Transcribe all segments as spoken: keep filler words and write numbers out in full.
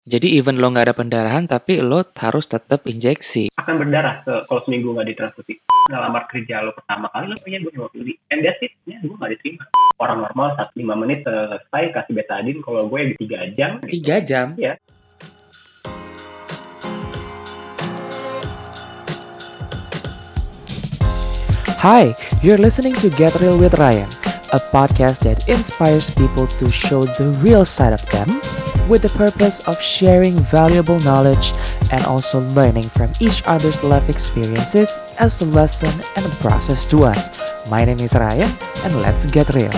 Jadi even lo nggak ada pendarahan, tapi lo harus tetap injeksi. Akan berdarah ke, kalau seminggu nggak ditransfusi. Ngelamar kerja lo pertama kali lo punya gue hemofili, and that's it, ya gue nggak diterima. Orang normal saat lima menit selesai kasih betadine, kalau gue di tiga jam. Tiga gitu. jam? Iya. Hi, you're listening to Get Real with Ryan, a podcast that inspires people to show the real side of them with the purpose of sharing valuable knowledge and also learning from each other's life experiences as a lesson and a process to us. My name is Ryan, and let's get real.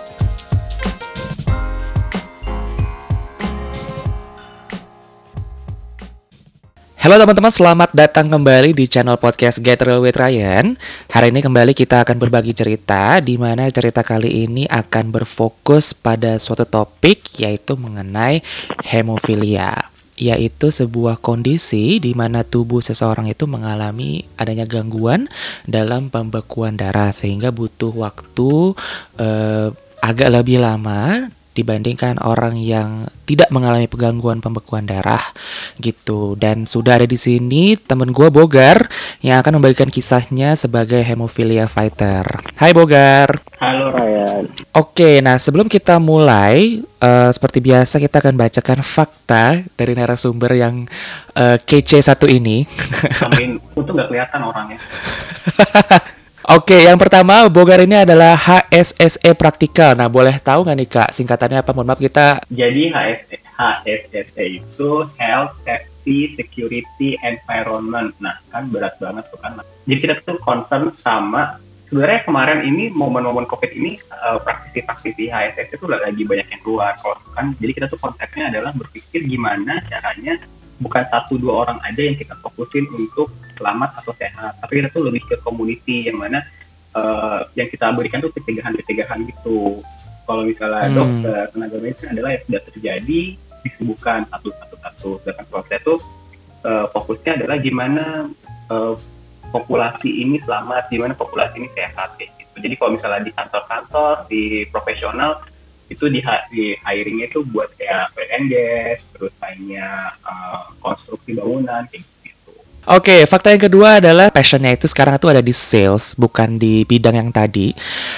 Halo teman-teman, selamat datang kembali di channel podcast Get Real with Ryan. Hari ini kembali kita akan berbagi cerita, di mana cerita kali ini akan berfokus pada suatu topik, yaitu mengenai hemofilia, yaitu sebuah kondisi di mana tubuh seseorang itu mengalami adanya gangguan dalam pembekuan darah, sehingga butuh waktu eh, agak lebih lama dibandingkan orang yang tidak mengalami gangguan pembekuan darah gitu. Dan sudah ada di sini temen gue Bogar yang akan membagikan kisahnya sebagai hemophilia fighter. Hai Bogar. Halo Ryan. Oke, nah sebelum kita mulai, uh, seperti biasa kita akan bacakan fakta dari narasumber yang uh, kece satu ini. Amin, itu nggak kelihatan orangnya. Oke, yang pertama Bogar ini adalah H S S E praktikal. Nah, boleh tahu nggak nih Kak, singkatannya apa? Mohon maaf kita. Jadi H S S E itu Health, Safety, Security, Environment. Nah, kan berat banget tuh kan. Jadi kita tuh concern sama, sebenarnya kemarin ini momen-momen COVID ini uh, praktisi-praktisi H S S E itu lagi banyak yang keluar. Kalau kan, jadi kita tuh konsepnya adalah berpikir gimana caranya bukan satu dua orang aja yang kita fokusin untuk selamat atau sehat, tapi kita tuh lebih ke community yang mana uh, yang kita berikan tuh pencegahan-pencegahan gitu. Kalau misalnya hmm. dokter, tenaga medis adalah yang sudah terjadi disembuhkan satu-satu-satu. Sedangkan kalau saya tuh uh, fokusnya adalah gimana uh, populasi ini selamat, gimana populasi ini sehat gitu. Jadi kalau misalnya di kantor-kantor, di profesional itu di, di hiringnya itu buat kayak oil and gas, terus lainnya uh, konstruksi bangunan kayak gitu. Oke, fakta yang kedua adalah passionnya itu sekarang itu ada di sales, bukan di bidang yang tadi.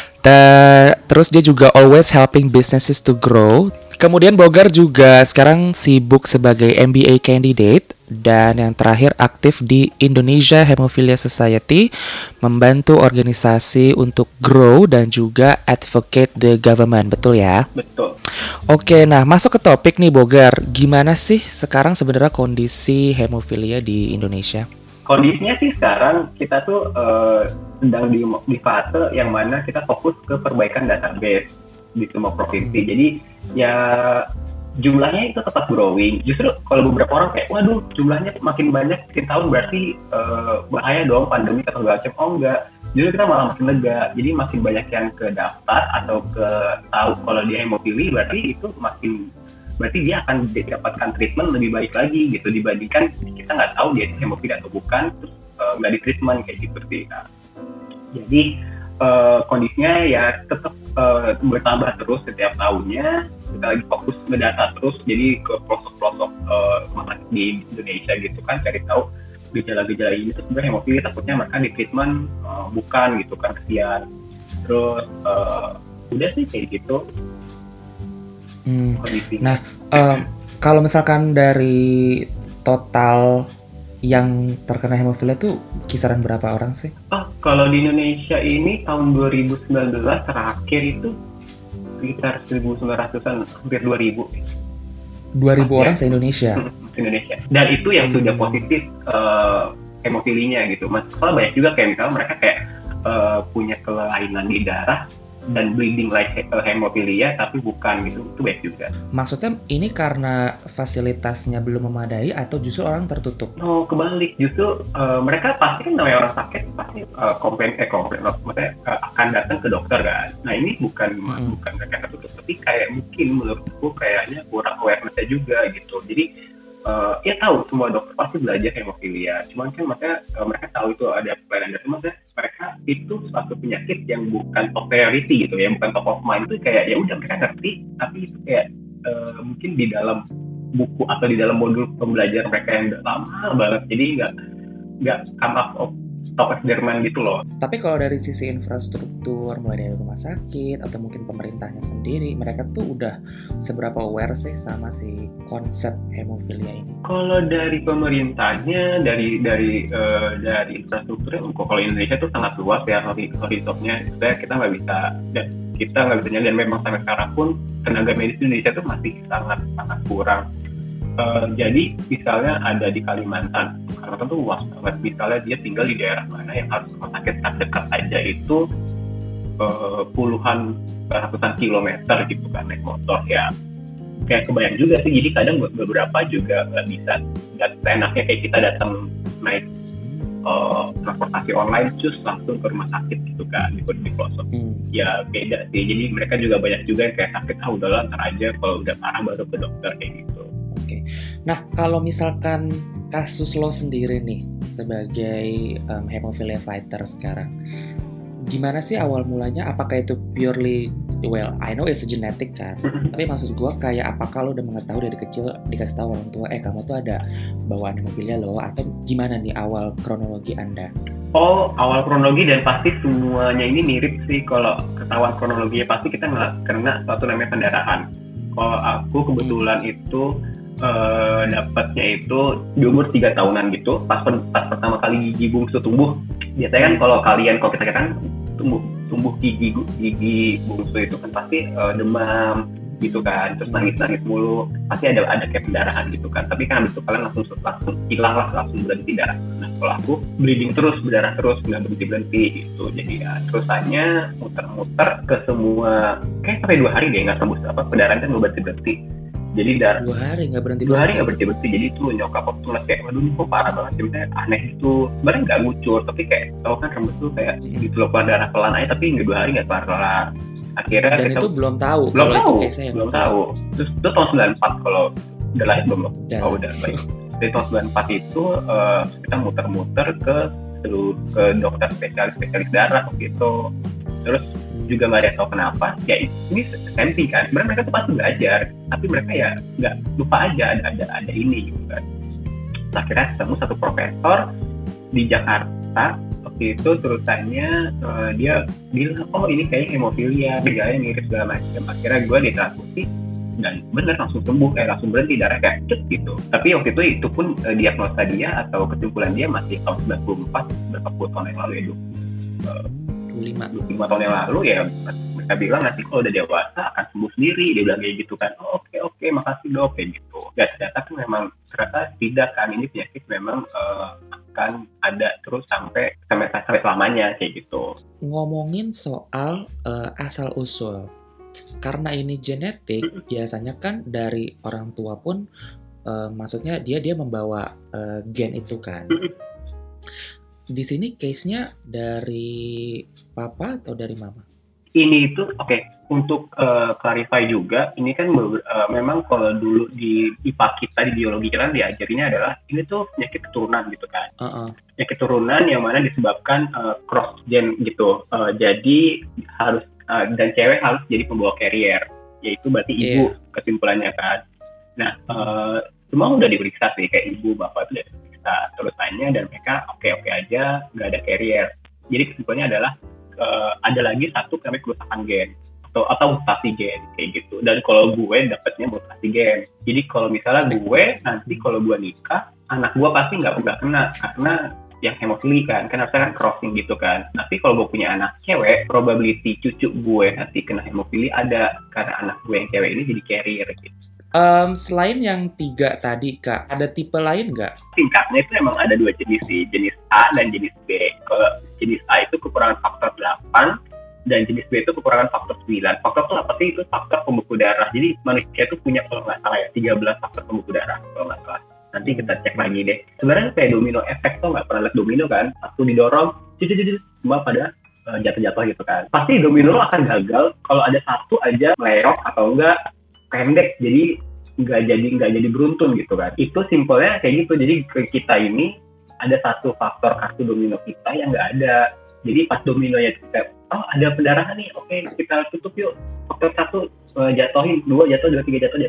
Ter- terus dia juga always helping businesses to grow. Kemudian Bogar juga sekarang sibuk sebagai M B A candidate. Dan yang terakhir aktif di Indonesia Hemophilia Society, membantu organisasi untuk grow dan juga advocate the government, betul ya? Betul. Oke, nah masuk ke topik nih Bogar, gimana sih sekarang sebenarnya kondisi hemofilia di Indonesia? Kondisinya sih sekarang kita tuh uh, sedang di, di fase yang mana kita fokus ke perbaikan database di semua provinsi. Hmm. Jadi ya jumlahnya itu tetap growing. Justru kalau beberapa orang kayak, waduh jumlahnya makin banyak, makin tahun berarti uh, bahaya dong pandemi atau segala macam. Oh enggak, justru kita malah makin lega. Jadi makin banyak yang ke daftar atau ke tahu kalau dia hemofili, berarti itu makin, berarti dia akan dapatkan treatment lebih baik lagi gitu dibandingkan kita nggak tahu dia hemofili atau bukan, terus uh, nggak di treatment kayak gitu sih. Nah, jadi uh, kondisinya ya tetap uh, bertambah terus setiap tahunnya. Kita lagi fokus ngedata terus, jadi ke pelosok-pelosok uh, rumah sakit di Indonesia gitu kan, cari tahu gejala-gejala ini tuh sebenarnya hemofili takutnya mereka di treatment uh, bukan gitu kan, kesian. Terus uh, udah sih kayak gitu. Hmm. Nah, um, kalau misalkan dari total yang terkena hemofilia tuh kisaran berapa orang sih? Oh, kalau di Indonesia ini tahun dua ribu sembilan belas terakhir itu sekitar seribu sembilan ratusan, hampir dua ribu. dua ribu orang se-Indonesia? Indonesia. Dan itu yang hmm. sudah positif uh, hemofilinya gitu. Masalah banyak juga kayak misalnya mereka kayak uh, punya kelainan di darah dan bleeding like hemofilia tapi bukan gitu, itu baik juga. Maksudnya ini karena fasilitasnya belum memadai atau justru orang tertutup? Oh, kebalik, justru uh, mereka pasti kan namanya orang sakit pasti uh, komplain eh komplain maksudnya uh, akan datang ke dokter kan. Nah ini bukan hmm. bukan mereka tertutup, tapi kayak mungkin menurutku kayaknya kurang awareness-nya juga gitu. Jadi uh, ya tahu semua dokter pasti belajar hemofilia, cuman kan maksudnya uh, mereka tahu itu ada kelainan darah, maksudnya mereka itu suatu penyakit yang bukan top priority gitu ya, bukan top of mind, itu kayak ya udah mereka ngerti, tapi itu kayak uh, mungkin di dalam buku atau di dalam modul pembelajaran mereka yang udah lama banget, jadi nggak nggak come up of top of their mind gitu loh. Tapi kalau dari sisi infrastruktur, mulai dari rumah sakit atau mungkin pemerintahnya sendiri, mereka tuh udah seberapa aware sih sama si konsep hemofilia ini? Kalau dari pemerintahnya, dari dari uh, dari infrastrukturnya, kalau Indonesia tuh sangat luas ya horizonnya. Kita kita nggak bisa dan kita nggak bisa nyadar, memang sampai sekarang pun tenaga medis Indonesia tuh masih sangat sangat kurang. Uh, jadi misalnya ada di Kalimantan, Kalimantan tuh luas banget. Misalnya dia tinggal di daerah mana yang harus rumah sakit terdekat aja itu uh, puluhan ratusan kilometer gitu kan naik motor ya. Kayak kebayang juga sih. Jadi kadang beberapa juga nggak bisa, nggak enaknya kayak kita datang naik uh, transportasi online terus langsung ke rumah sakit gitu kan di di pelosok. Hmm. Ya beda sih. Jadi mereka juga banyak juga yang kayak sakit, ah udahlah ntar aja kalau udah parah baru ke dokter kayak gitu. Oke, nah kalau misalkan kasus lo sendiri nih sebagai um, hemophilia fighter sekarang, gimana sih awal mulanya? Apakah itu purely, well, I know it's a genetic kan, tapi maksud gue kayak apakah lo udah mengetahui dari kecil dikasih tahu orang tua, eh kamu tuh ada bawaan hemophilia lo, atau gimana nih awal kronologi Anda? Oh, awal kronologi dan pasti semuanya ini mirip sih. Kalau ketahuan kronologinya pasti kita nggak kena suatu namanya pendarahan. Kalau aku kebetulan hmm. itu Uh, dapatnya itu di umur tiga tahunan gitu, pas, pas pertama kali gigi bungsu tumbuh. Biasanya kan kalau kalian kalau kita kan tumbuh tumbuh gigi gigi bungsu itu kan pasti uh, demam gitu kan, terus nangis-nangis mulu, pasti ada ada kayak pendarahan gitu kan. Tapi kan habis itu kalian langsung langsung hilang lah, langsung berhenti darah. Nah kalau aku bleeding terus, berdarah terus, nggak berhenti berhenti gitu. Jadi ya terusannya muter-muter ke semua, kayak sampai dua hari deh nggak tembus apa pendarahan kan nggak berhenti berhenti. Jadi dar dua hari nggak berhenti dua hari nggak berhenti berhenti. Jadi tuh nyokap aku tuh kayak, waduh ini kok parah banget, sebenarnya aneh itu. Sebenarnya nggak ngucur, tapi kayak tau kan rambut tuh kayak hmm. gitu loh, keluar darah pelan aja, tapi nggak dua hari nggak keluar kelar. Akhirnya dan kita, itu belum tahu belum kalau tahu, itu case-nya belum tahu. Terus itu tahun sembilan puluh empat kalau udah lahir belum? Dan. Oh udah baik. Dari tahun sembilan puluh empat itu uh, kita muter-muter ke seluruh ke dokter spesialis spesialis darah gitu. Terus juga nggak ada tahu kenapa, ya ini S M P kan, sebenarnya mereka tuh pasti belajar, tapi mereka ya nggak, lupa aja ada ada ada ini gitu kan. Akhirnya ketemu satu profesor di Jakarta waktu itu, terusannya uh, dia bilang, oh ini kayaknya hemofilia, gejalanya mirip segala macam. Akhirnya gue ditransfusi dan bener langsung sembuh, kayak langsung berhenti darah kayak cet gitu. Tapi waktu itu itu pun uh, diagnosa dia atau kesimpulan dia masih tahun sembilan puluh empat, berapa puluh tahun yang lalu ya dulu. Uh, dua puluh lima tahun yang lalu ya, mereka bilang nanti kalau udah dewasa akan sembuh sendiri, dia bilang kayak gitu kan. Oh, oke oke makasih dok kayak gitu. Dan ternyata kan memang ternyata tidak kan, ini penyakit memang uh, akan ada terus sampai sampai sampai selamanya kayak gitu. Ngomongin soal uh, asal usul, karena ini genetik, biasanya kan dari orang tua pun uh, maksudnya dia dia membawa uh, gen itu kan. Di sini case-nya dari papa atau dari mama? Ini itu oke, okay. Untuk uh, clarify juga, ini kan uh, memang kalau dulu di I P A kita di biologi kita diajarinya adalah ini tuh penyakit keturunan gitu kan. Uh-uh. Penyakit keturunan yang mana disebabkan uh, cross gen gitu. Uh, jadi harus uh, dan cewek harus jadi pembawa carrier, yaitu berarti ibu yeah. Kesimpulannya kan. Nah, uh, semua udah diperiksa sih, kayak ibu bapak itu udah diperiksa terusannya dan mereka oke-oke aja, nggak ada carrier. Jadi kesimpulannya adalah uh, ada lagi satu namanya kerusakan gen atau atau mutasi gen kayak gitu. Dan kalau gue dapetnya mutasi gen. Jadi kalau misalnya gue nanti kalau gue nikah, anak gue pasti nggak nggak kena karena yang hemofili kan, kan harusnya kan crossing gitu kan. Tapi kalau gue punya anak cewek, probability cucu gue nanti kena hemofili ada karena anak gue yang cewek ini jadi carrier gitu. Um, selain yang tiga tadi Kak, ada tipe lain nggak? Tingkatnya itu memang ada dua jenis sih, jenis A dan jenis B. Kalau jenis A itu kekurangan faktor delapan dan jenis B itu kekurangan faktor sembilan. Faktor itu apa sih? Itu faktor pembuku darah. Jadi manusia itu punya kalau nggak salah ya tiga belas faktor pembuku darah kalau nggak salah. Nanti kita cek lagi deh. Sebenarnya kayak domino efek tuh nggak pernah lihat domino kan? Satu didorong, jadi semua pada uh, jatuh-jatuh gitu kan. Pasti domino lo akan gagal kalau ada satu aja meleok atau enggak pendek, jadi nggak jadi nggak jadi beruntun gitu kan. Itu simpelnya kayak gitu. Jadi kita ini ada satu faktor kartu domino kita yang nggak ada. Jadi pas dominonya kita, oh ada pendarahan nih, oke kita tutup yuk. Faktor satu uh, jatuhin, dua jatuh, dua tiga jatuh jatuh,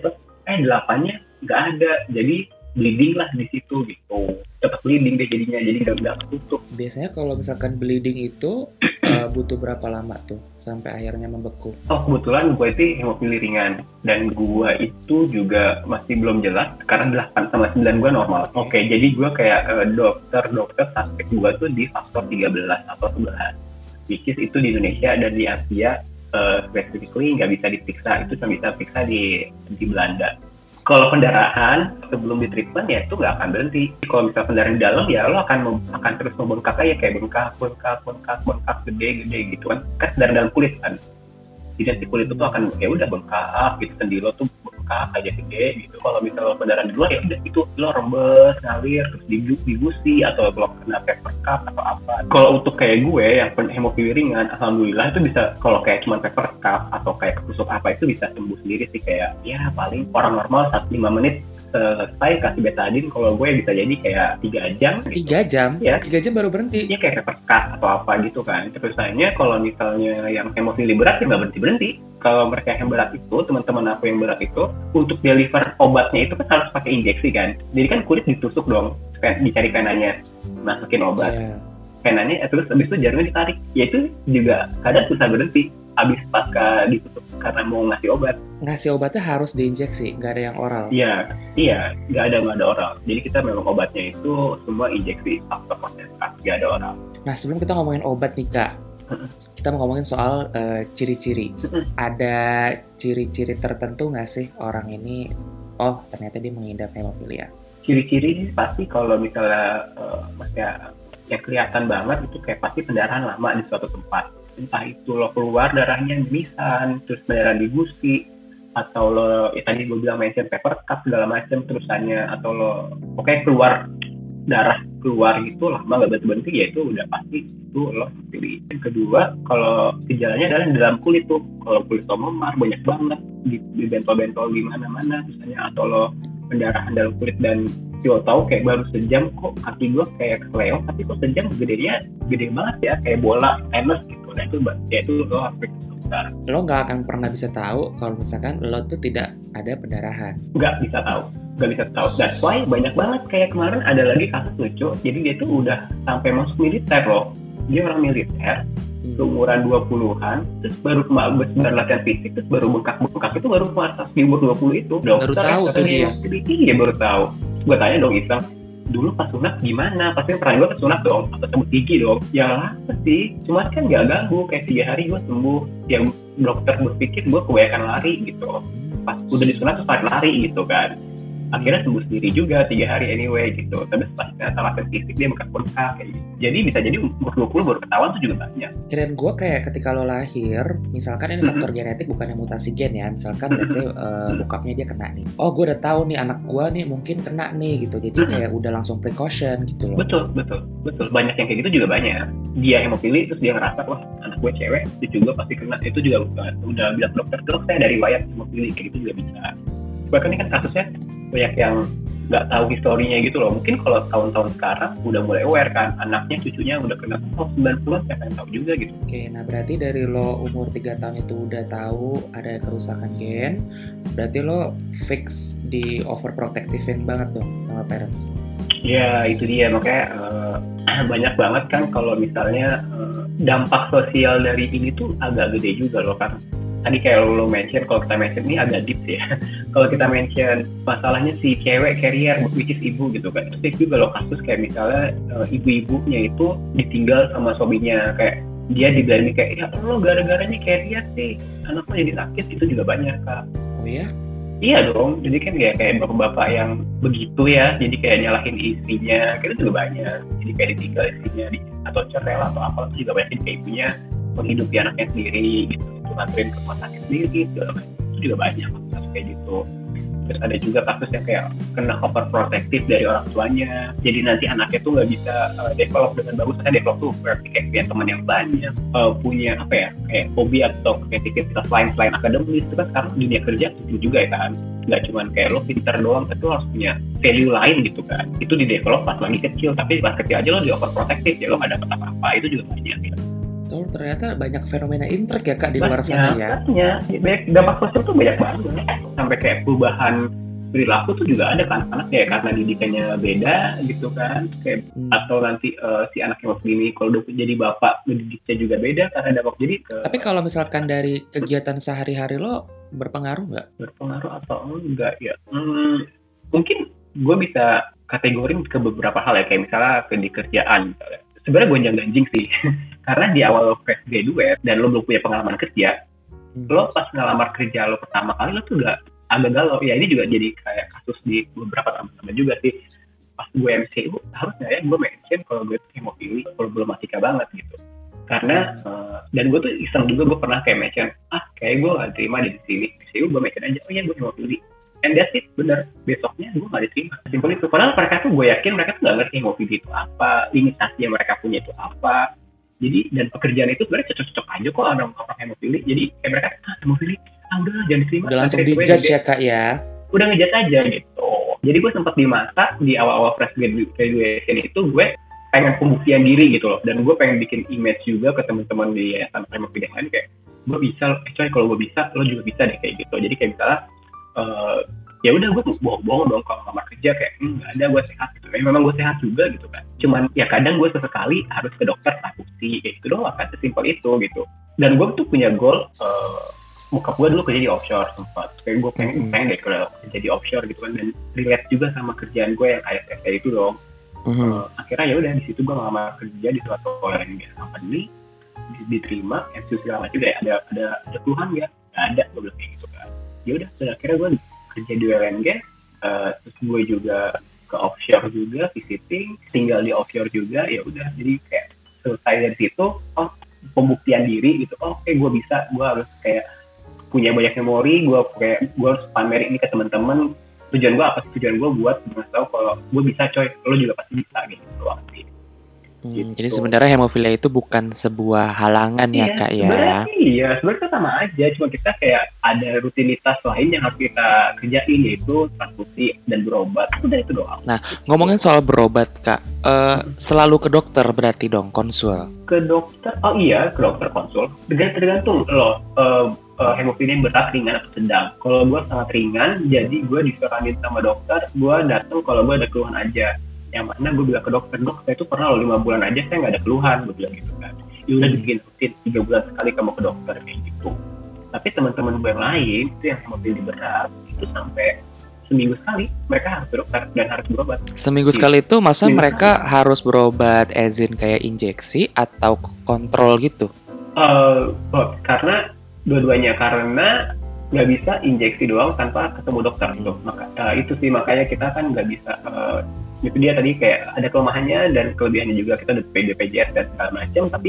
eh delapannya nggak ada, jadi bleeding lah di situ gitu, tetap bleeding deh jadinya, jadi nggak nggak ketutup. Biasanya kalau misalkan bleeding itu uh, butuh berapa lama tuh sampai akhirnya membeku? Oh kebetulan gue itu hemofili ringan dan gue itu juga masih belum jelas karena delapan sama sembilan gue normal. Oke, okay, jadi gue kayak uh, dokter-dokter suspek gue tuh di faktor tiga belas atau sebelas, which is itu di Indonesia dan di Asia uh, specifically nggak bisa diperiksa, itu cuma bisa periksa di di Belanda. Kalau pendarahan sebelum di treatment ya itu nggak akan berhenti. Kalau misalnya pendarahan di dalam ya lo akan mem- akan terus membengkak aja, kayak bengkak, bengkak, bengkak, bengkak, gede, gede gitu kan. Kan darah dalam kulit kan. Jadi si kulit itu tuh akan ya udah bengkak gitu, sendi lo tuh bengkak aja gede gitu. Kalau misalnya pendarahan di luar ya udah itu lo rembes, ngalir, terus digu- digusi atau lo kena paper cup atau apa. Kalau untuk kayak gue yang hemofili ringan, alhamdulillah itu bisa, kalau kayak cuma paper cup atau kayak ketusuk apa itu bisa sembuh sendiri sih, kayak ya paling orang normal satu lima menit selesai kasih betadine. Kalau gue bisa jadi kayak tiga jam. Tiga jam? Ya. Tiga jam baru berhenti? Iya kayak paper cut atau apa gitu kan. Terusannya kalau misalnya yang hemofili berat ya nggak berhenti-berhenti. Kalau mereka yang berat itu, teman-teman aku yang berat itu, untuk deliver obatnya itu kan harus pakai injeksi kan. Jadi kan kulit ditusuk dong, dicari venanya, masukin obat. Yeah. Venanya, terus habis itu jarumnya ditarik. Ya itu juga kadang susah berhenti. Habis pasca ditutup karena mau ngasih obat. Ngasih obatnya harus diinjeksi, nggak ada yang oral? Iya, iya, nggak ada nggak ada oral. Jadi kita memang obatnya itu semua injeksi faktor konsentrasi, nggak ada oral. Nah sebelum kita ngomongin obat nih Kak, kita mau ngomongin soal uh, ciri-ciri. Ada ciri-ciri tertentu nggak sih orang ini, oh ternyata dia mengidap hemofilia? Ciri-ciri ini pasti kalau misalnya uh, masih yang kelihatan banget itu kayak pasti pendarahan lama di suatu tempat. Entah itu lo keluar darahnya misan, terus pendarahan di gusi, atau lo ya tadi gue bilang mention paper cup segala macam terusannya, atau lo pokoknya keluar darah keluar gitu lama nggak berhenti, ya itu udah pasti itu lo pilih. Yang kedua, kalau gejalanya adalah di dalam kulit tuh, kalau kulit lo memar banyak banget di, di bentol-bentol di mana-mana misalnya, atau lo pendarahan dalam kulit dan lo tahu kayak baru sejam kok kaki gue kayak kesleo, tapi kok sejam gedenya gede banget ya, kayak bola tenis gitu. Nah itu ya itu lo harus besar. Lo nggak akan pernah bisa tahu kalau misalkan lo tuh tidak ada pendarahan. Nggak bisa tahu, nggak bisa tahu. That's why banyak banget kayak kemarin ada lagi kasus lucu. Jadi dia tuh udah sampai masuk militer loh. Dia orang militer, hmm. umuran dua puluhan, terus baru kemarin baru latihan fisik, terus baru bengkak-bengkak itu baru pas di umur dua puluh itu. Baru tahu tuh dia. Iya baru tahu. Gue tanya dong Isam, dulu pas sunat gimana? Pasti pernah gue kesunat dong, atau cabut gigi dong. Ya apa sih, cuma kan gak ganggu, kayak tiga hari gue sembuh. Yang dokter berpikir gue kebanyakan lari gitu. Pas udah disunat terus lari gitu kan. Akhirnya sembuh sendiri juga tiga hari anyway gitu. Tapi setelah ternyata latihan fisik dia bengkak-bengkak kayak gitu. Jadi bisa jadi umur dua puluh baru ketahuan tuh juga banyak. Kirain gue kayak ketika lo lahir, misalkan ini faktor genetik bukan yang mutasi gen ya. Misalkan let's say uh, bokapnya dia kena nih. Oh gue udah tahu nih anak gue nih mungkin kena nih gitu. Jadi kayak udah langsung precaution gitu loh. Betul, betul, betul. Banyak yang kayak gitu juga banyak. Dia hemofili terus dia ngerasa wah anak gue cewek, dia juga pasti kena. Itu juga udah, udah bilang dokter, dok saya dari riwayat hemofili kayak gitu juga bisa. Bahkan ini kan kasusnya banyak yang nggak tahu historinya gitu loh. Mungkin kalau tahun-tahun sekarang udah mulai aware kan, anaknya cucunya udah kena oh sembilan puluhan, siapa yang tahu juga gitu. Oke, nah berarti dari lo umur tiga tahun itu udah tahu ada kerusakan gen, berarti lo fix di overprotectivein banget dong sama parents. Ya itu dia, makanya uh, banyak banget kan kalau misalnya uh, dampak sosial dari ini tuh agak gede juga loh kan. Tadi kayak lo, lo mention, kalau kita mention ini agak deep ya. Kalau kita mention masalahnya si cewek carrier, which is ibu gitu kan. Terus juga lo kasus kayak misalnya uh, ibu-ibunya itu ditinggal sama suaminya, kayak dia dibilangin kayak ya lo gara-garanya carrier sih, anak lo jadi sakit, itu juga banyak Kak. Oh ya? Iya dong, jadi kan kayak kayak bapak-bapak yang begitu ya, jadi kayak nyalahin istrinya, itu juga banyak. Jadi kayak ditinggal istrinya di, atau cerai atau apa, itu juga banyak kayak ibunya menghidupi anaknya sendiri gitu, itu nganterin ke rumah sakit sendiri gitu, itu juga banyak kasus kayak gitu. Terus ada juga kasus yang kayak kena overprotective dari orang tuanya, jadi nanti anaknya tuh nggak bisa uh, develop dengan bagus. Karena develop tuh berarti kayak punya teman yang banyak, uh, punya apa ya, kayak hobi atau kreativitas lain selain akademis. Itu kan sekarang dunia kerja itu juga ya kan, nggak cuma kayak lo pinter doang, tapi lo harus punya value lain gitu kan. Itu di develop pas lagi kecil, tapi pas kecil aja lo di overprotective, ya lo nggak dapet apa-apa, itu juga banyak ya. Betul, ternyata banyak fenomena intrik ya Kak di luar sana ya. Banyak, banyak dampak sosial tuh banyak banget. Sampai kayak perubahan perilaku tuh juga ada kan, anak ya karena didikannya beda gitu kan, kayak hmm. atau nanti uh, si anak yang waktu ini kalau udah jadi bapak didiknya juga beda karena dampak jadi. Ke, Tapi kalau misalkan dari kegiatan sehari-hari lo berpengaruh nggak? Berpengaruh atau enggak ya? Hmm, mungkin gue bisa kategorin ke beberapa hal ya, kayak misalnya ke di kerjaan misalnya. Sebenarnya gue jangan-janjing sih, karena di awal lo fresh graduate dan lo belum punya pengalaman kerja, hmm. lo pas ngelamar kerja lo pertama kali lo tuh gak agak galau. Ya ini juga jadi kayak kasus di beberapa teman-teman juga sih. Pas gue M C U, harusnya ya gue mention kalau gue tuh hemofili, problematika banget gitu. Karena, uh, dan gue tuh iseng juga, gue pernah kayak mention, ah kayak gue gak terima di sini. M C U gue mention aja, oh iya gue hemofili. And that's it, bener. Besoknya gue gak diterima. Simpel itu. Padahal mereka tuh, gue yakin mereka tuh gak ngerti hemofili itu apa, limitasi yang mereka punya itu apa. Jadi, dan pekerjaan itu sebenarnya cocok-cocok aja kok orang-orang hemofili. Jadi kayak mereka, ah hemofili, ah udah jangan diterima. Udah langsung dijudge ya Kak ya? Udah ngejudge aja gitu. Jadi gue sempat di masa, di awal-awal fresh graduation itu, gue pengen pembuktian diri gitu loh. Dan gue pengen bikin image juga ke teman-teman di yayasan hemofili yang lain. Kayak, gue bisa, eh coy kalau gue bisa, lo juga bisa deh kayak gitu. Jadi kayak misalnya, Uh, ya udah gue bohong-bohong dong kalau ngelamar kerja kayak hmm, nggak ada gue sehat gitu. Ya, memang gue sehat juga gitu kan. Cuman ya kadang gue sesekali harus ke dokter takuti kayak gitu doang kan, sesimpel itu gitu. Dan gue tuh punya goal, uh, bokap gue dulu kerja di offshore sempat. Kayak gue pengen mm-hmm. pengen deh kalau kerja di offshore gitu kan, dan relate juga sama kerjaan gue yang kayak kayak itu dong. Mm-hmm. Uh, akhirnya ya udah di situ gue ngelamar kerja di suatu oil and gas company, diterima, M C U segala macam. Ada ada ada keluhan nggak? Nggak ada, gue bilang kayak gitu kan. Ya udah, dan akhirnya gue kerja di oil and gas, uh, terus gue juga ke offshore juga, visiting, tinggal di offshore juga. Ya udah, jadi kayak selesai dari situ, oh pembuktian diri gitu, oh oke okay, gue bisa, gue harus kayak punya banyak memori, gue kayak gue harus pamer ini ke teman-teman. Tujuan gue apa sih? Tujuan gue buat ngasih tahu kalau gue bisa coy, lo juga pasti bisa gitu doang sih. Hmm, gitu. Jadi sebenarnya hemofilia itu bukan sebuah halangan iya, ya Kak ya? Sebenarnya iya, sebenarnya sama aja. Cuma kita kayak ada rutinitas lain yang harus kita kerjain, yaitu transfusi dan berobat. Udah itu doang. Nah, ngomongin soal berobat Kak, uh, selalu ke dokter berarti dong, konsul? Ke dokter, oh iya ke dokter konsul. Tergantung loh, uh, uh, hemofilia berat, ringan atau sedang. Kalau gue sangat ringan, jadi gue disaranin sama dokter, gue datang kalau gue ada keluhan aja. Yang mana gue bilang ke dokter, dok saya itu pernah loh lima bulan aja saya nggak ada keluhan, gue bilang gitu kan. Ya udah dibikin rutin tiga bulan sekali kamu ke dokter kayak gitu. Tapi teman-teman gue yang lain itu yang hemofilia berat itu sampai seminggu sekali mereka harus berobat dan harus berobat. Seminggu gitu. Sekali itu masa seminggu mereka sekali. Harus berobat azin kayak injeksi atau kontrol gitu? Uh, oh, karena dua-duanya, karena nggak bisa injeksi doang tanpa ketemu dokter gitu. Maka uh, itu sih makanya kita kan nggak bisa. Uh, itu dia tadi kayak ada kelemahannya dan kelebihannya juga, kita ada B P J S dan segala macam, tapi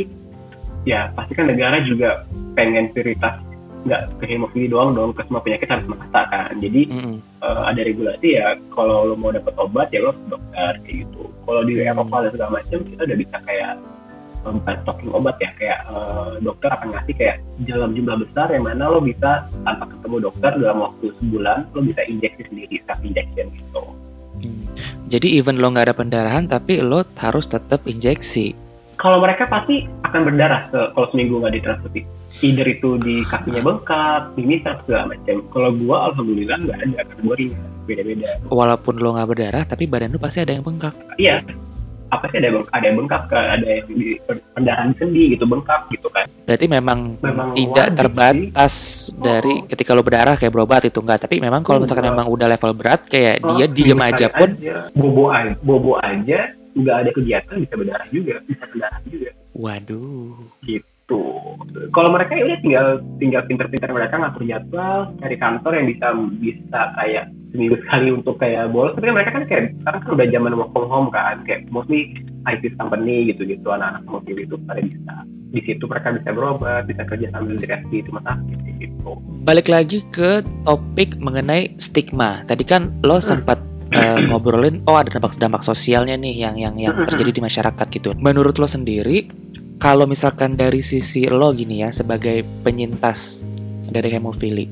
ya pasti kan negara juga pengen prioritas nggak ke hemofilia doang dong, ke semua penyakit harus merata kan. Jadi mm-hmm. uh, ada regulasi ya, kalau lo mau dapat obat ya lo ke dokter kayak gitu. Kalau di Eropa dan segala macam kita udah bisa kayak bukan stocking obat ya, kayak uh, dokter akan ngasih kayak dalam jumlah besar yang mana lo bisa tanpa ketemu dokter dalam waktu sebulan lo bisa injeksi sendiri, self injection gitu. Hmm. Jadi even lo nggak ada pendarahan tapi lo harus tetap injeksi. Kalau mereka pasti akan berdarah ke, kalau seminggu nggak ditransfusi. Either itu di kakinya bengkak, di misal segala macam. Kalau gua alhamdulillah nggak ada, karena gua ringan, beda-beda. Walaupun lo nggak berdarah tapi badan lo pasti ada yang bengkak. Iya. Apa sih ada ada yang bengkak, ada yang di pendarahan sendi gitu bengkak gitu kan. Berarti memang, memang tidak terbatas sih. Dari oh. ketika lo berdarah kayak berobat itu enggak, tapi memang kalau misalkan memang udah level berat kayak oh, dia diem aja pun aja. bobo aja bobo aja nggak ada kegiatan bisa berdarah juga, bisa berdarah juga. Waduh. Gitu. Kalau mereka ya udah tinggal tinggal pinter-pinter mereka ngatur jadwal, cari kantor yang bisa bisa kayak seminggu sekali untuk kayak bolos. Tapi kan mereka kan kayak sekarang kan udah zaman work from home kan, kayak mostly I T company gitu-gitu, anak-anak mobil itu pada bisa di situ mereka bisa berobat, bisa kerja sambil direct di rumah sakit gitu. Balik lagi ke topik mengenai stigma. Tadi kan lo sempat uh, ngobrolin oh ada dampak-dampak sosialnya nih yang yang yang terjadi di masyarakat gitu. Menurut lo sendiri, kalau misalkan dari sisi lo gini ya sebagai penyintas dari hemofili,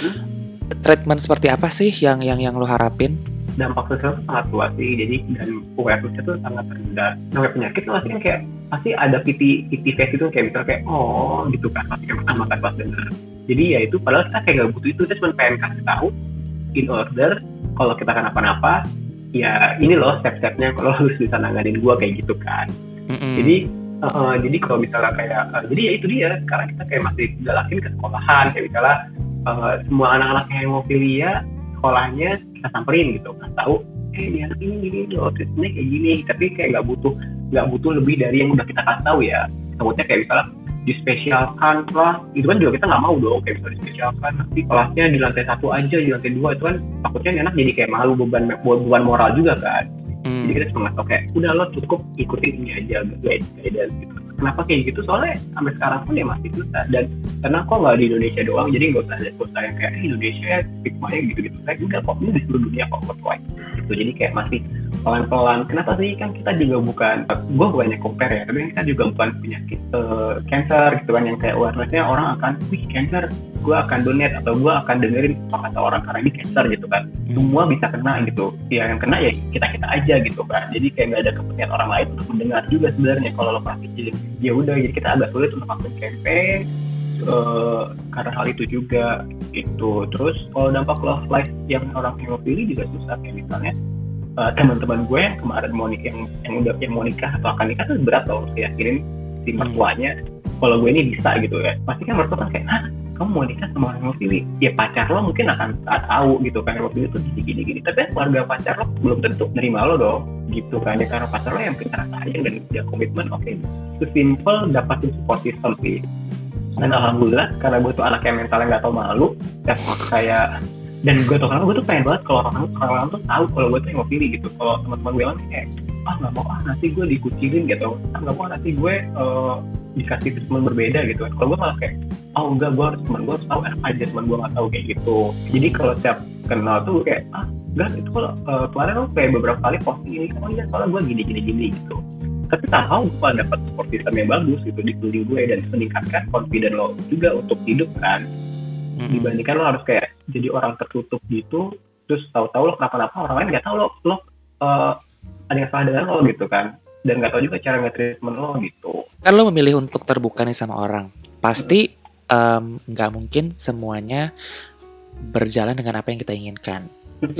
treatment seperti apa sih yang yang yang lo harapin? Dampak sosial itu sangat luas sih, jadi dan awareness-nya tuh sangat rendah. Namanya penyakit itu pasti kan kayak pasti ada pity pity face itu kayak misalnya kayak oh gitu kan pasti kan pertama kan pas denger. Jadi ya itu padahal kita kayak gak butuh itu, kita cuma pengen kasih tahu in order kalau kita kenapa-napa ya ini loh step-stepnya kalau harus bisa nanganin gua kayak gitu kan. Mm-hmm. Jadi uh, jadi kalau misalnya kayak uh, jadi ya itu dia sekarang kita kayak masih galakin ke sekolahan kayak misalnya uh, semua anak-anak yang hemofilia sekolahnya kita samperin gitu kan tahu eh dia anak ini gini loh autismnya kayak gini, tapi kayak nggak butuh nggak butuh lebih dari yang udah kita kasih tahu ya. Takutnya kayak misalnya dispesialkan lah, itu kan juga kita nggak mau dong kayak misalnya dispesialkan nanti kelasnya di lantai satu aja, di lantai dua itu kan takutnya anak jadi kayak malu, beban beban moral juga kan. Hmm. Jadi kita cuma ngasih kayak udah lo cukup ikutin ini aja guidance gitu. Kenapa kayak gitu? Soalnya sampai sekarang pun ya masih susah dan karena kok nggak di Indonesia doang, jadi nggak usah ada usah yang kayak Indonesia stigma-nya gitu-gitu. Saya enggak kok, ini di seluruh dunia kok worldwide gitu. Jadi kayak masih pelan-pelan. Kenapa sih kan kita juga bukan, gue bukannya compare ya, tapi kita juga bukan penyakit uh, cancer gitu kan yang kayak awareness-nya orang akan, wih cancer, gue akan donate atau gue akan dengerin apa kata orang karena ini cancer gitu kan. Semua bisa kena gitu. Ya yang kena ya kita-kita aja gitu kan. Jadi kayak nggak ada kepentingan orang lain untuk mendengar juga sebenarnya kalau lo praktikin. Ya udah, jadi kita agak sulit untuk melakukan campaign uh, karena hal itu juga gitu. Terus kalau dampak love life yang orang hemofili juga susah kayak misalnya uh, teman-teman gue yang kemarin mau nikah, yang, yang udah yang mau nikah atau akan nikah tuh berat loh yakinin si mertuanya kalau gue ini bisa gitu ya. Pasti kan mertua kan kayak, ah kamu mau nikah sama orang hemofili, ya pacar lo mungkin akan tahu gitu kan hemofili itu gini-gini, tapi keluarga pacar lo belum tentu nerima lo dong gitu kan ya, karena pacar lo yang kita sayang dan dia komitmen. Oke, itu simple dapatin support system sih. Dan alhamdulillah karena gue tuh anak yang mentalnya nggak tau malu ya kayak, dan gue tuh karena gue tuh pengen banget kalau orang orang tuh tahu kalau gue tuh hemofili gitu. Kalau teman-teman gue bilang kayak ah nggak mau ah nanti gue dikucilin gitu, ah nggak mau nanti gue uh, dikasih treatment berbeda gitu kan. Kalau gue malah kayak oh enggak, gue harus teman gue harus tahu enak aja, teman gue nggak tahu kayak gitu. Jadi kalau setiap kenal tuh kayak ah enggak itu kalau uh, kemarin lo kayak beberapa kali posting ini, oh iya soalnya gue gini gini gini gitu. Tapi tahu gue dapat support system yang bagus gitu di sekeliling gue dan meningkatkan confidence lo juga untuk hidup kan. Mm-hmm. Dibandingkan lo harus kayak jadi orang tertutup gitu, terus tahu-tahu lo kenapa-napa orang lain nggak tahu lo lo uh, ada yang salah dengan lo gitu kan, dan nggak tahu juga cara nge-treatment lo gitu. Kan lo memilih untuk terbuka nih sama orang, pasti nggak um, mungkin semuanya berjalan dengan apa yang kita inginkan.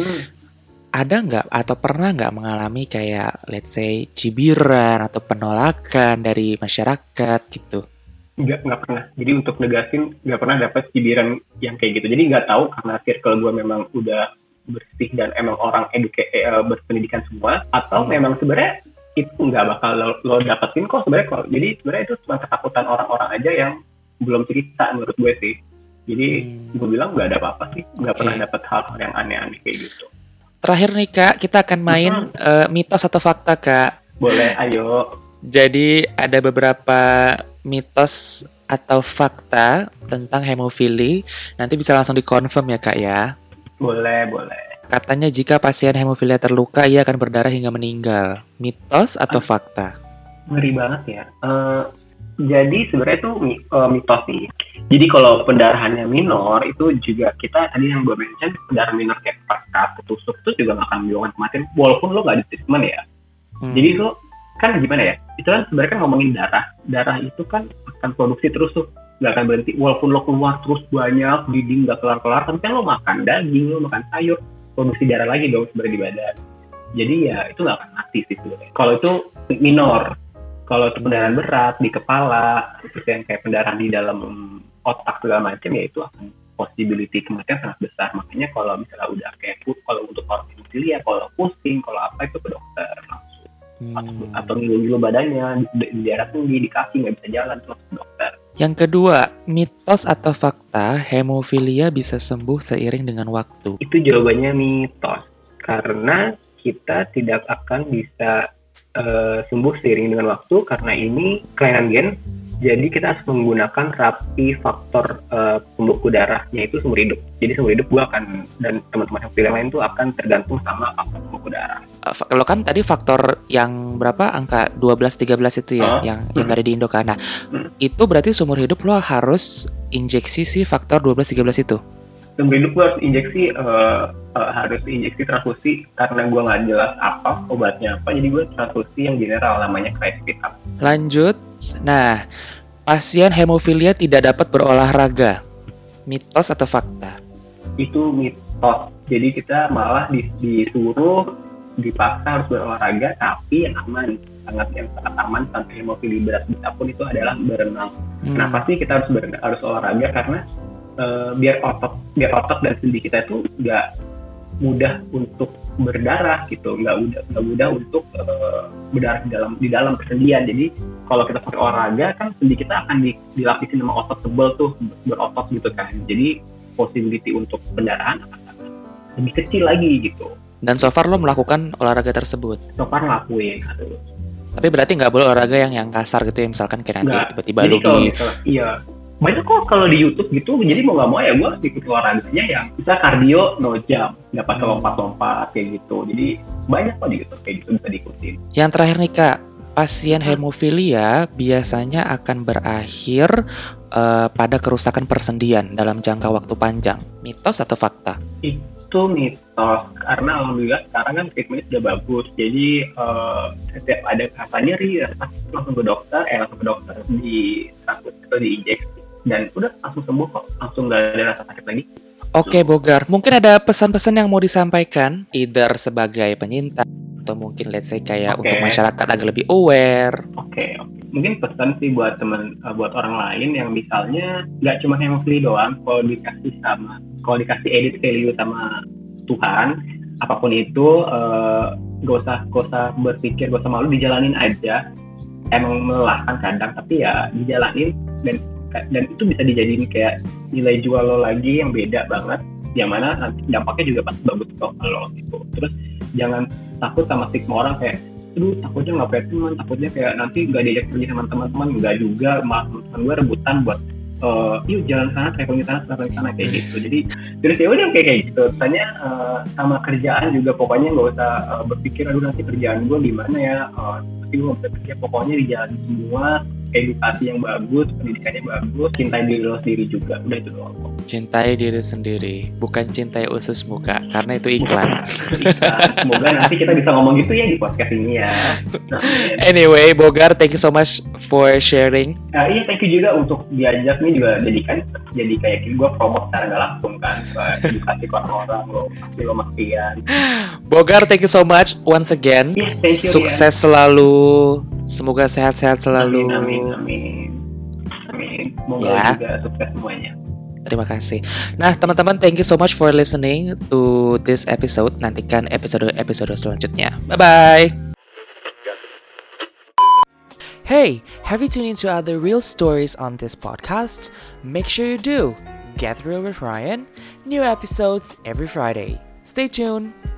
Ada nggak atau pernah nggak mengalami kayak let's say cibiran atau penolakan dari masyarakat gitu? Nggak, nggak pernah. Jadi untuk negasin nggak pernah dapat cibiran yang kayak gitu. Jadi nggak tahu karena circle gue memang udah bersih dan emang orang eduke eh, berpendidikan semua, atau memang sebenarnya itu nggak bakal lo, lo dapetin kok sebenarnya kok. Jadi sebenarnya itu cuma ketakutan orang-orang aja yang belum cerita menurut gue sih. Jadi hmm. gue bilang nggak ada apa-apa sih, nggak okay. pernah dapet hal-hal yang aneh-aneh kayak gitu. Terakhir nih Kak, kita akan main hmm. uh, mitos atau fakta Kak. Boleh, ayo. Jadi ada beberapa mitos atau fakta tentang hemofili. Nanti bisa langsung dikonfirm ya Kak ya. Boleh, boleh. Katanya jika pasien hemofilia terluka, ia akan berdarah hingga meninggal. Mitos atau fakta? Ngeri banget ya. Uh, jadi sebenarnya itu uh, mitos sih. Jadi kalau pendarahannya minor, itu juga kita tadi yang gue mention, pendarahan minor kayak pasca tusuk itu juga nggak akan menyebabkan kematian, walaupun lo nggak di treatment ya. Hmm. Jadi lo kan gimana ya? Itu kan sebenarnya kan ngomongin darah. Darah itu kan akan produksi terus tuh, nggak akan berhenti. Walaupun lo keluar terus banyak, bleeding nggak kelar-kelar, tapi kan lo makan daging, lo makan sayur, produksi darah lagi dong sebenarnya di badan. Jadi ya itu nggak akan mati sih sebenarnya. Kalau itu minor. Kalau itu pendarahan berat di kepala, seperti yang kayak pendarahan di dalam otak segala macam, ya itu akan possibility kematian sangat besar. Makanya kalau misalnya udah kayak kalau untuk orang hemofilia, kalau pusing, kalau apa itu ke dokter langsung. Hmm. Atau, atau ngilu-ngilu badannya, di, di daerah tinggi, di kaki nggak bisa jalan, terus ke dokter. Yang kedua, mitos atau fakta hemofilia bisa sembuh seiring dengan waktu? Itu jawabannya mitos. Karena kita tidak akan bisa uh, sembuh seiring dengan waktu, karena ini kelainan gen. Jadi kita harus menggunakan terapi faktor uh, pembeku darah, yaitu seumur hidup. Jadi seumur hidup gue akan, dan teman-teman yang lain tuh akan tergantung sama faktor pembeku darah. Uh, kalau kan tadi faktor yang berapa, angka dua belas tiga belas itu ya, uh, yang hmm. yang ada di Indo kan. Nah, hmm. itu berarti seumur hidup lo harus injeksi si faktor dua belas tiga belas itu? Seumur hidup gue harus injeksi, uh, uh, harus injeksi transfusi, karena gue nggak jelas apa obatnya apa, jadi gue transfusi yang general namanya Cry Speed Up. Lanjut. Nah, pasien hemofilia tidak dapat berolahraga. Mitos atau fakta? Itu mitos. Jadi kita malah disuruh dipaksa harus berolahraga, tapi yang aman, sangat yang sangat aman sampai hemofilia berat kita pun itu adalah berenang. Hmm. Kenapa sih kita harus berenang, harus olahraga? Karena uh, biar otot biar otot dan sendi kita itu nggak mudah untuk berdarah gitu, nggak mudah nggak mudah untuk uh, berdarah di dalam di dalam persendian. Jadi kalau kita pakai olahraga kan sendi kita akan di, dilapisi sama otot tebal tuh, berotot gitu kan. Jadi possibility untuk pendarahan akan lebih kecil lagi gitu. Dan so far lo melakukan olahraga tersebut? So far ngelakuin. Aduh. Tapi berarti nggak boleh olahraga yang yang kasar gitu ya, misalkan kayak nanti nggak. Tiba-tiba lo di... Iya. Banyak kok kalau di YouTube gitu, jadi mau nggak mau ya gue ikut olahraganya yang bisa kardio no jam, nggak pakai hmm. lompat-lompat kayak gitu. Jadi banyak kok di YouTube kayak gitu bisa diikutin. Yang terakhir nih Kak, pasien hemofilia biasanya akan berakhir uh, pada kerusakan persendian dalam jangka waktu panjang. Mitos atau fakta? Itu mitos, karena alhamdulillah sekarang kan treatment sudah bagus. Jadi uh, setiap ada rasa nyeri, rasa sakit langsung ke dokter, eh langsung ke dokter di takut atau diinjeksi. Dan udah langsung sembuh kok, langsung gak ada rasa sakit lagi. Oke Bogar, mungkin ada pesan-pesan yang mau disampaikan, either sebagai penyintas atau mungkin let's say kayak okay. untuk masyarakat agar lebih aware. Oke, okay, okay. Mungkin pesan sih buat teman, uh, buat orang lain yang misalnya nggak cuma hemofilia doang, kalau dikasih sama, kalau dikasih edit value sama Tuhan, apapun itu, uh, gak usah, gak usah berpikir, gak usah malu, dijalanin aja. Emang melelahkan kadang, tapi ya dijalanin dan dan itu bisa dijadiin kayak nilai jual lo lagi yang beda banget, yang mana nanti dampaknya juga pasti bagus kok lo gitu. Terus jangan takut sama stigma orang kayak, aduh takutnya nggak punya teman, takutnya kayak nanti nggak diajak pergi sama teman-teman, nggak juga, malah teman gue rebutan buat uh, yuk jalan sana, traveling sana, traveling sana kayak gitu. Jadi terus ya udah kayak kayak gitu. Tanya uh, sama kerjaan juga pokoknya nggak usah uh, berpikir aduh nanti kerjaan gue gimana ya. Uh, tapi gue bisa kerja pokoknya dijalani semua, edukasi yang bagus, pendidikan yang bagus, cintai diri lo sendiri juga, udah itu doang. Cintai diri sendiri, bukan cintai usus muka, karena itu iklan. Semoga nanti kita bisa ngomong gitu ya di podcast ini ya. Nah, anyway, Bogar, thank you so much for sharing. Uh, iya, thank you juga untuk diajak nih juga jadikan jadi kayak gue promote secara nggak langsung kan, edukasi ke orang-orang lo, pasti lo maksian. Bogar, thank you so much once again. Yes, thank you, sukses ya. Selalu. Semoga sehat-sehat selalu. Amin, amin, amin. Amin. Semoga ya. Juga sukses semuanya. Terima kasih. Nah, teman-teman, thank you so much for listening to this episode. Nantikan episode-episode selanjutnya. Bye-bye. Hey, have you tuned into other real stories on this podcast? Make sure you do. Get Real with Ryan. New episodes every Friday. Stay tuned.